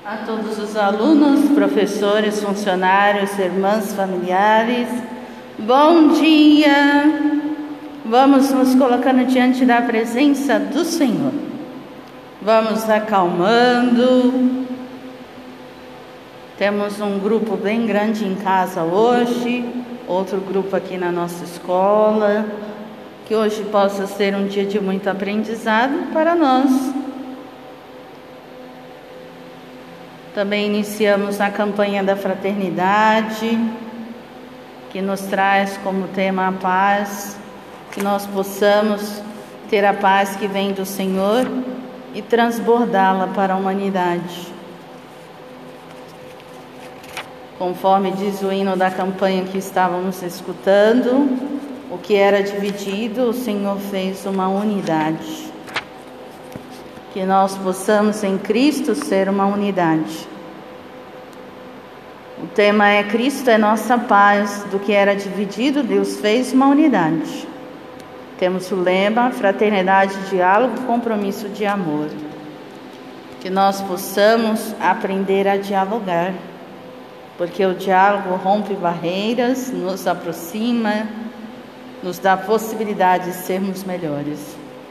A todos os alunos, professores, funcionários, irmãs, familiares, bom dia! Vamos nos colocando diante da presença do Senhor. Vamos acalmando. Temos um grupo bem grande em casa hoje, outro grupo aqui na nossa escola. Que hoje possa ser um dia de muito aprendizado para nós. Também iniciamos a campanha da fraternidade, que nos traz como tema a paz, que nós possamos ter a paz que vem do Senhor e transbordá-la para a humanidade. Conforme diz o hino da campanha que estávamos escutando, o que era dividido, o Senhor fez uma unidade. Que nós possamos em Cristo ser uma unidade. O tema é Cristo é nossa paz, do que era dividido, Deus fez uma unidade. Temos o lema, fraternidade, diálogo, compromisso de amor. Que nós possamos aprender a dialogar, porque o diálogo rompe barreiras, nos aproxima, nos dá a possibilidade de sermos melhores.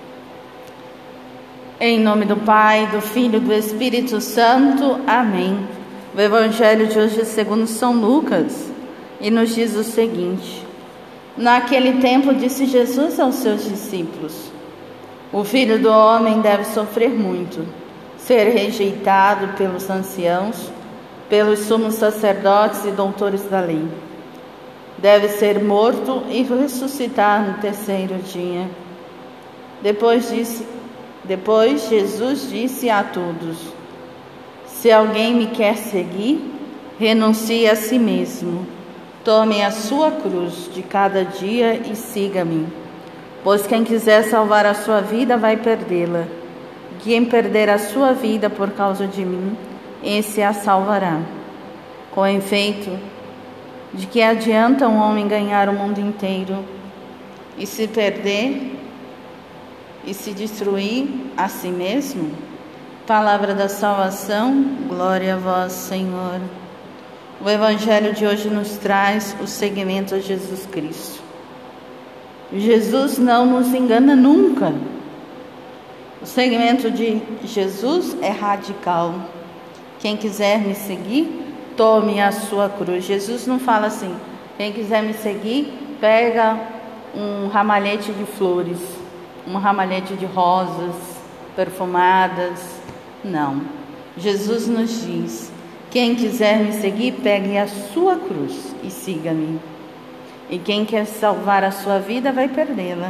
Em nome do Pai, do Filho e do Espírito Santo. Amém. O Evangelho de hoje é segundo São Lucas e nos diz o seguinte: Naquele tempo disse Jesus aos seus discípulos: O Filho do Homem deve sofrer muito, ser rejeitado pelos anciãos, pelos sumos sacerdotes e doutores da lei. Deve ser morto e ressuscitar no terceiro dia. Depois Jesus disse a todos: Se alguém me quer seguir, renuncie a si mesmo. Tome a sua cruz de cada dia e siga-me. Pois quem quiser salvar a sua vida vai perdê-la. Quem perder a sua vida por causa de mim, esse a salvará. Com efeito, de que adianta um homem ganhar o mundo inteiro e se perder e se destruir a si mesmo? Palavra da salvação, glória a vós, Senhor. O Evangelho de hoje nos traz o seguimento a Jesus Cristo. Jesus não nos engana nunca. O seguimento de Jesus é radical. Quem quiser me seguir, tome a sua cruz. Jesus não fala assim: quem quiser me seguir, pega um ramalhete de flores, um ramalhete de rosas perfumadas. Não. Jesus nos diz: quem quiser me seguir, pegue a sua cruz e siga-me. E quem quer salvar a sua vida vai perdê-la.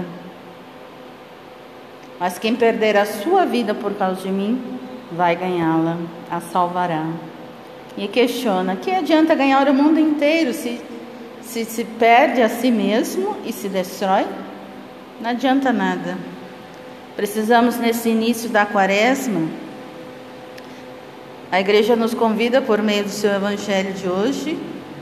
Mas quem perder a sua vida por causa de mim, vai ganhá-la, a salvará. E questiona: que adianta ganhar o mundo inteiro se perde a si mesmo e se destrói? Não adianta nada. Precisamos, nesse início da quaresma, a igreja nos convida, por meio do seu evangelho de hoje,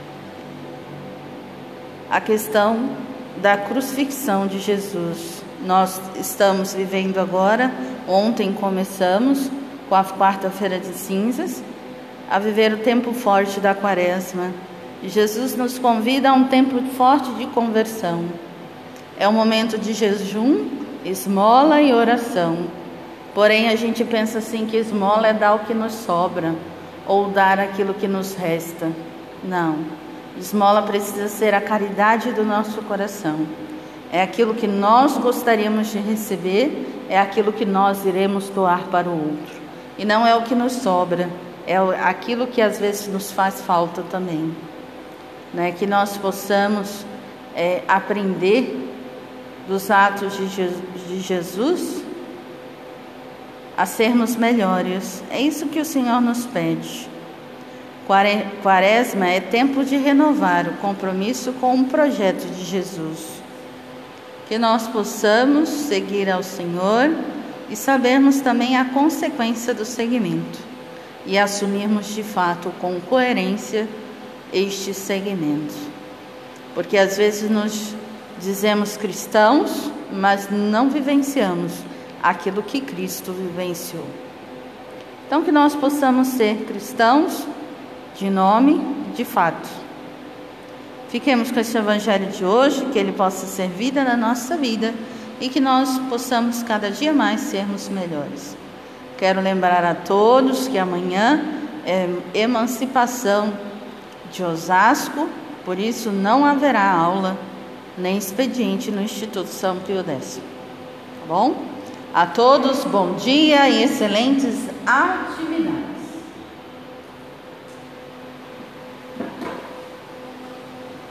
a questão da crucifixão de Jesus. Nós estamos vivendo agora, ontem começamos com a quarta-feira de cinzas, a viver o tempo forte da quaresma. E Jesus nos convida a um tempo forte de conversão. É um momento de jejum, esmola e oração. Porém, a gente pensa assim que esmola é dar o que nos sobra, ou dar aquilo que nos resta. Não. Esmola precisa ser a caridade do nosso coração. É aquilo que nós gostaríamos de receber, é aquilo que nós iremos doar para o outro. E não é o que nos sobra, é aquilo que às vezes nos faz falta também. Né? Que nós possamos aprender dos atos de Jesus a sermos melhores. É isso que o Senhor nos pede. Quaresma é tempo de renovar o compromisso com o projeto de Jesus. Que nós possamos seguir ao Senhor e sabermos também a consequência do seguimento e assumirmos de fato com coerência este seguimento. Porque às vezes nos dizemos cristãos, mas não vivenciamos aquilo que Cristo vivenciou. Então, que nós possamos ser cristãos de nome, de fato. Fiquemos com esse evangelho de hoje, que ele possa ser vida na nossa vida e que nós possamos cada dia mais sermos melhores. Quero lembrar a todos que amanhã é emancipação de Osasco, por isso não haverá aula nem expediente no Instituto São Pio X. Tá bom? A todos, bom dia e excelentes atividades.